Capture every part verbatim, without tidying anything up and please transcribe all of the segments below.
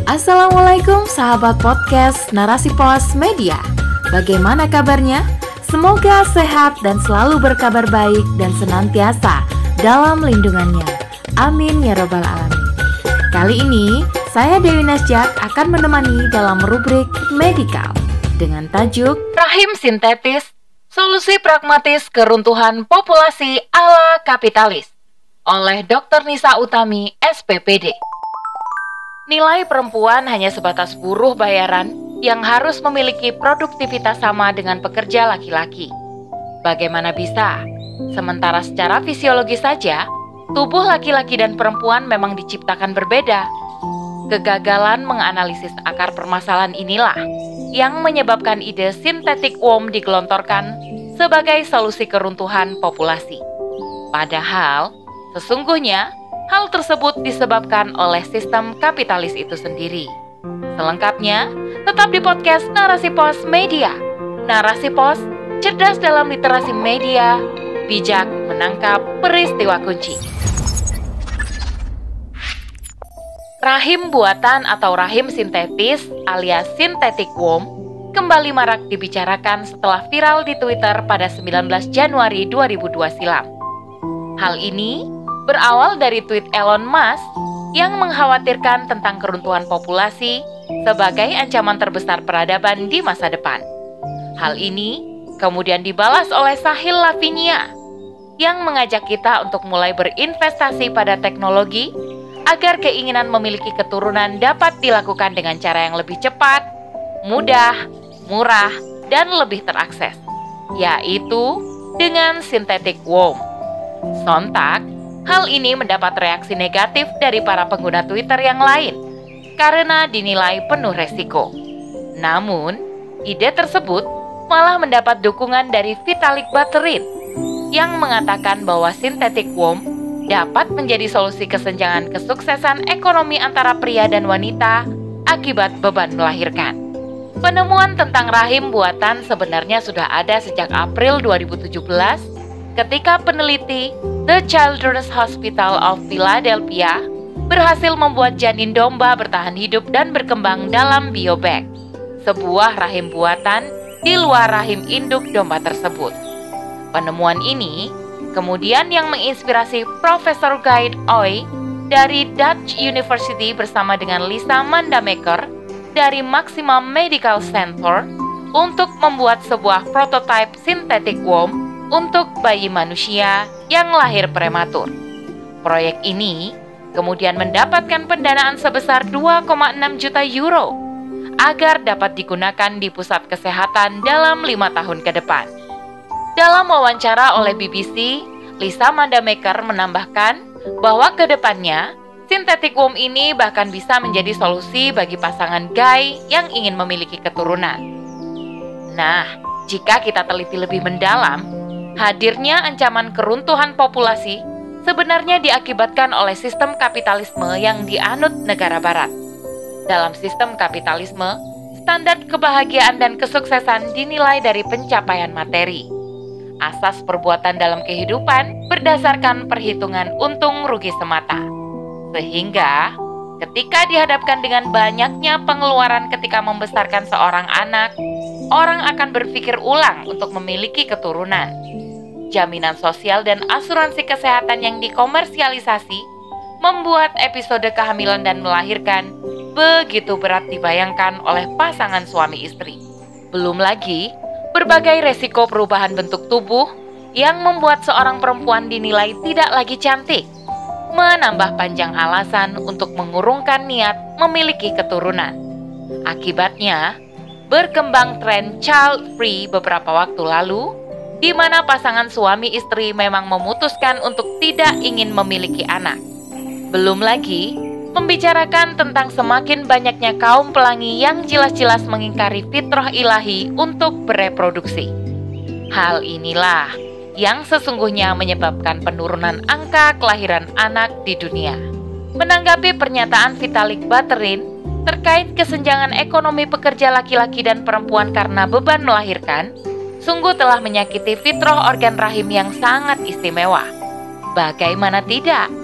Assalamualaikum sahabat podcast Narasi Pos Media. Bagaimana kabarnya? Semoga sehat dan selalu berkabar baik dan senantiasa dalam lindungannya. Amin ya robbal alamin. Kali ini saya Dewi Nasjak akan menemani dalam rubrik Medikal dengan tajuk Rahim Sintetis, Solusi Pragmatis Keruntuhan Populasi ala Kapitalis oleh dokter Nisa Utami, S P P D. Nilai perempuan hanya sebatas buruh bayaran yang harus memiliki produktivitas sama dengan pekerja laki-laki. Bagaimana bisa? Sementara secara fisiologis saja, tubuh laki-laki dan perempuan memang diciptakan berbeda. Kegagalan menganalisis akar permasalahan inilah yang menyebabkan ide synthetic womb digelontorkan sebagai solusi keruntuhan populasi. Padahal, sesungguhnya hal tersebut disebabkan oleh sistem kapitalis itu sendiri. Selengkapnya, tetap di podcast Narasi Pos Media. Narasi Pos, cerdas dalam literasi media, bijak menangkap peristiwa kunci. Rahim buatan atau rahim sintetis alias synthetic womb kembali marak dibicarakan setelah viral di Twitter pada sembilan belas Januari dua ribu dua silam. Hal ini berawal dari tweet Elon Musk yang mengkhawatirkan tentang keruntuhan populasi sebagai ancaman terbesar peradaban di masa depan. Hal ini kemudian dibalas oleh Sahil Lavinia yang mengajak kita untuk mulai berinvestasi pada teknologi agar keinginan memiliki keturunan dapat dilakukan dengan cara yang lebih cepat, mudah, murah, dan lebih terakses, yaitu dengan synthetic womb. Sontak, hal ini mendapat reaksi negatif dari para pengguna Twitter yang lain karena dinilai penuh resiko. Namun, ide tersebut malah mendapat dukungan dari Vitalik Buterin yang mengatakan bahwa synthetic womb dapat menjadi solusi kesenjangan kesuksesan ekonomi antara pria dan wanita akibat beban melahirkan. Penemuan tentang rahim buatan sebenarnya sudah ada sejak April dua ribu tujuh belas ketika peneliti The Children's Hospital of Philadelphia berhasil membuat janin domba bertahan hidup dan berkembang dalam biobag, sebuah rahim buatan di luar rahim induk domba tersebut. Penemuan ini kemudian yang menginspirasi Profesor Guy Oy dari Dutch University bersama dengan Lisa Mandamaker dari Maximum Medical Center untuk membuat sebuah prototipe synthetic womb untuk bayi manusia yang lahir prematur. Proyek ini kemudian mendapatkan pendanaan sebesar dua koma enam juta euro agar dapat digunakan di pusat kesehatan dalam lima tahun ke depan. Dalam wawancara oleh B B C, Lisa Mandamaker menambahkan bahwa ke depannya synthetic womb ini bahkan bisa menjadi solusi bagi pasangan gay yang ingin memiliki keturunan. Nah, jika kita teliti lebih mendalam, hadirnya ancaman keruntuhan populasi sebenarnya diakibatkan oleh sistem kapitalisme yang dianut negara barat. Dalam sistem kapitalisme, standar kebahagiaan dan kesuksesan dinilai dari pencapaian materi. Asas perbuatan dalam kehidupan berdasarkan perhitungan untung rugi semata. Sehingga, ketika dihadapkan dengan banyaknya pengeluaran ketika membesarkan seorang anak, orang akan berpikir ulang untuk memiliki keturunan. Jaminan sosial dan asuransi kesehatan yang dikomersialisasi membuat episode kehamilan dan melahirkan begitu berat dibayangkan oleh pasangan suami istri. Belum lagi berbagai resiko perubahan bentuk tubuh yang membuat seorang perempuan dinilai tidak lagi cantik, menambah panjang alasan untuk mengurungkan niat memiliki keturunan. Akibatnya, berkembang tren child free beberapa waktu lalu, di mana pasangan suami istri memang memutuskan untuk tidak ingin memiliki anak. Belum lagi membicarakan tentang semakin banyaknya kaum pelangi yang jelas-jelas mengingkari fitrah ilahi untuk bereproduksi. Hal inilah yang sesungguhnya menyebabkan penurunan angka kelahiran anak di dunia. Menanggapi pernyataan Vitalik Buterin terkait kesenjangan ekonomi pekerja laki-laki dan perempuan karena beban melahirkan, sungguh telah menyakiti fitrah organ rahim yang sangat istimewa. Bagaimana tidak?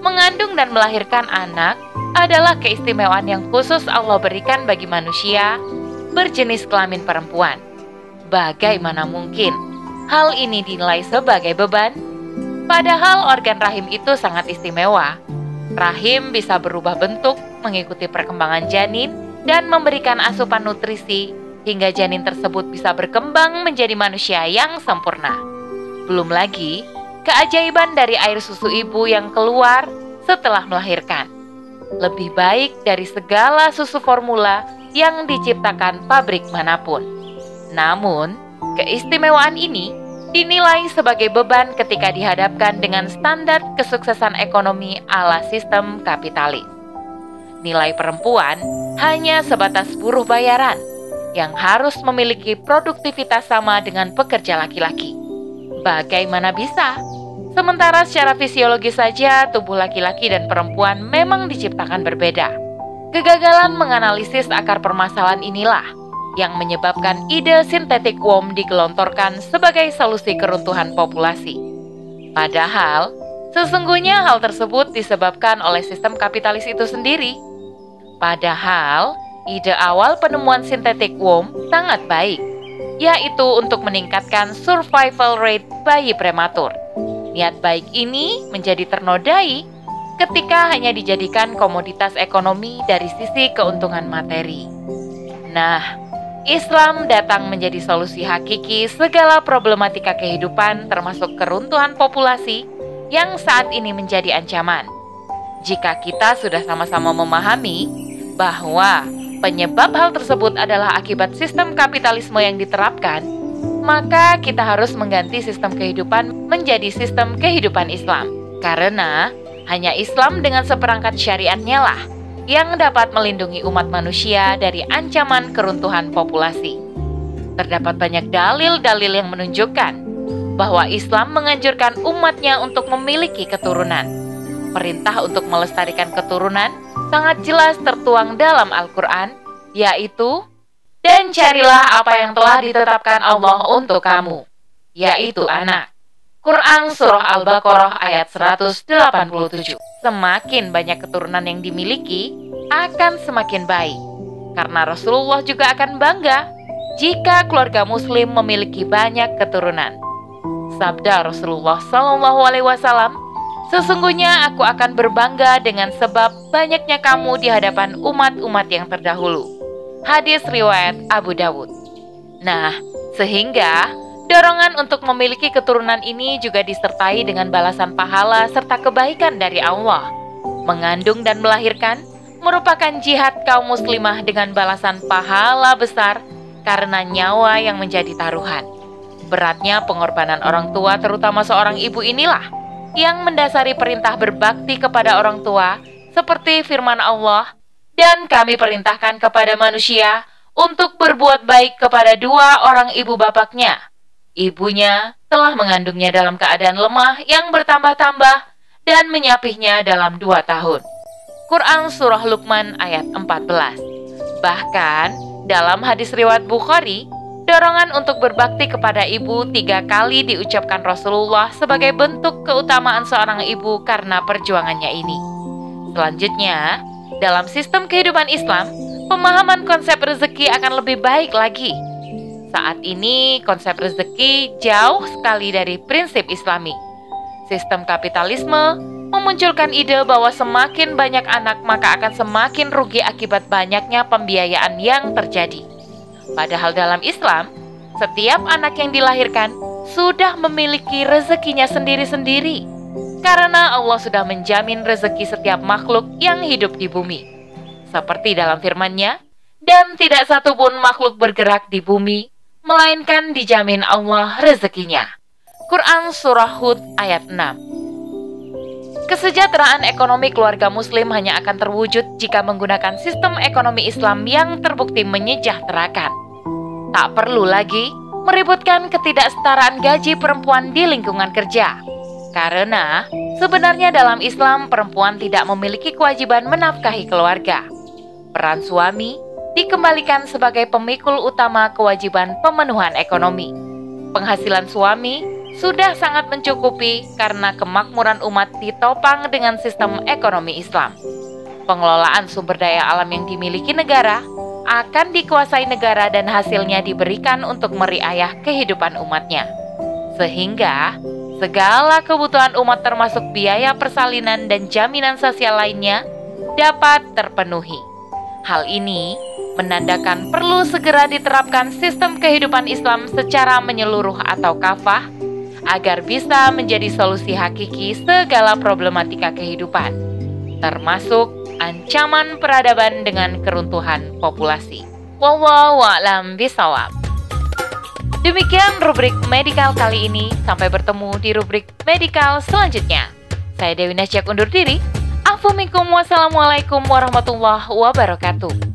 Mengandung dan melahirkan anak adalah keistimewaan yang khusus Allah berikan bagi manusia berjenis kelamin perempuan. Bagaimana mungkin hal ini dinilai sebagai beban? Padahal organ rahim itu sangat istimewa. Rahim bisa berubah bentuk mengikuti perkembangan janin dan memberikan asupan nutrisi hingga janin tersebut bisa berkembang menjadi manusia yang sempurna. Belum lagi keajaiban dari air susu ibu yang keluar setelah melahirkan. Lebih baik dari segala susu formula yang diciptakan pabrik manapun. Namun, keistimewaan ini dinilai sebagai beban ketika dihadapkan dengan standar kesuksesan ekonomi ala sistem kapitalis. Nilai perempuan hanya sebatas buruh bayaran yang harus memiliki produktivitas sama dengan pekerja laki-laki. Bagaimana bisa? Sementara secara fisiologis saja tubuh laki-laki dan perempuan memang diciptakan berbeda. Kegagalan menganalisis akar permasalahan inilah yang menyebabkan ide synthetic womb digelontorkan sebagai solusi keruntuhan populasi. Padahal, sesungguhnya hal tersebut disebabkan oleh sistem kapitalis itu sendiri. Padahal, ide awal penemuan synthetic womb sangat baik, yaitu untuk meningkatkan survival rate bayi prematur. Niat baik ini menjadi ternodai ketika hanya dijadikan komoditas ekonomi dari sisi keuntungan materi. Nah, Islam datang menjadi solusi hakiki segala problematika kehidupan termasuk keruntuhan populasi yang saat ini menjadi ancaman. Jika kita sudah sama-sama memahami bahwa penyebab hal tersebut adalah akibat sistem kapitalisme yang diterapkan, maka kita harus mengganti sistem kehidupan menjadi sistem kehidupan Islam. Karena hanya Islam dengan seperangkat syariatnya lah yang dapat melindungi umat manusia dari ancaman keruntuhan populasi. Terdapat banyak dalil-dalil yang menunjukkan bahwa Islam menganjurkan umatnya untuk memiliki keturunan. Perintah untuk melestarikan keturunan sangat jelas tertuang dalam Al-Quran, yaitu dan carilah apa yang telah ditetapkan Allah untuk kamu, yaitu anak. Quran Surah Al-Baqarah ayat seratus delapan puluh tujuh. Semakin banyak keturunan yang dimiliki, akan semakin baik. Karena Rasulullah juga akan bangga jika keluarga muslim memiliki banyak keturunan. Sabda Rasulullah shallallahu alaihi wasallam, sesungguhnya aku akan berbangga dengan sebab banyaknya kamu di hadapan umat-umat yang terdahulu. Hadis riwayat Abu Dawud. Nah, sehingga dorongan untuk memiliki keturunan ini juga disertai dengan balasan pahala serta kebaikan dari Allah. Mengandung dan melahirkan merupakan jihad kaum muslimah dengan balasan pahala besar karena nyawa yang menjadi taruhan. Beratnya pengorbanan orang tua, terutama seorang ibu inilah yang mendasari perintah berbakti kepada orang tua seperti firman Allah, dan kami perintahkan kepada manusia untuk berbuat baik kepada dua orang ibu bapaknya. Ibunya telah mengandungnya dalam keadaan lemah yang bertambah-tambah dan menyapihnya dalam dua tahun. Quran Surah Luqman ayat empat belas. Bahkan dalam hadis riwayat Bukhari, dorongan untuk berbakti kepada ibu tiga kali diucapkan Rasulullah sebagai bentuk keutamaan seorang ibu karena perjuangannya ini. Selanjutnya, dalam sistem kehidupan Islam, pemahaman konsep rezeki akan lebih baik lagi. Saat ini, konsep rezeki jauh sekali dari prinsip Islami. Sistem kapitalisme memunculkan ide bahwa semakin banyak anak maka akan semakin rugi akibat banyaknya pembiayaan yang terjadi. Padahal dalam Islam, setiap anak yang dilahirkan sudah memiliki rezekinya sendiri-sendiri, karena Allah sudah menjamin rezeki setiap makhluk yang hidup di bumi. Seperti dalam firman-Nya, dan tidak satu pun makhluk bergerak di bumi, melainkan dijamin Allah rezekinya. Quran Surah Hud ayat enam. Kesejahteraan ekonomi keluarga muslim hanya akan terwujud jika menggunakan sistem ekonomi Islam yang terbukti menyejahterakan. Tak perlu lagi meributkan ketidaksetaraan gaji perempuan di lingkungan kerja. Karena sebenarnya dalam Islam perempuan tidak memiliki kewajiban menafkahi keluarga. Peran suami dikembalikan sebagai pemikul utama kewajiban pemenuhan ekonomi. Penghasilan suami sudah sangat mencukupi karena kemakmuran umat ditopang dengan sistem ekonomi Islam. Pengelolaan sumber daya alam yang dimiliki negara akan dikuasai negara dan hasilnya diberikan untuk meriayah kehidupan umatnya. Sehingga segala kebutuhan umat termasuk biaya persalinan dan jaminan sosial lainnya dapat terpenuhi. Hal ini menandakan perlu segera diterapkan sistem kehidupan Islam secara menyeluruh atau kafah agar bisa menjadi solusi hakiki segala problematika kehidupan, termasuk ancaman peradaban dengan keruntuhan populasi. Wallahu a'lam bishawab. Demikian rubrik medikal kali ini. Sampai bertemu di rubrik medikal selanjutnya. Saya Dewi Nasjak undur diri. Afu minkum, wassalamualaikum warahmatullahi wabarakatuh.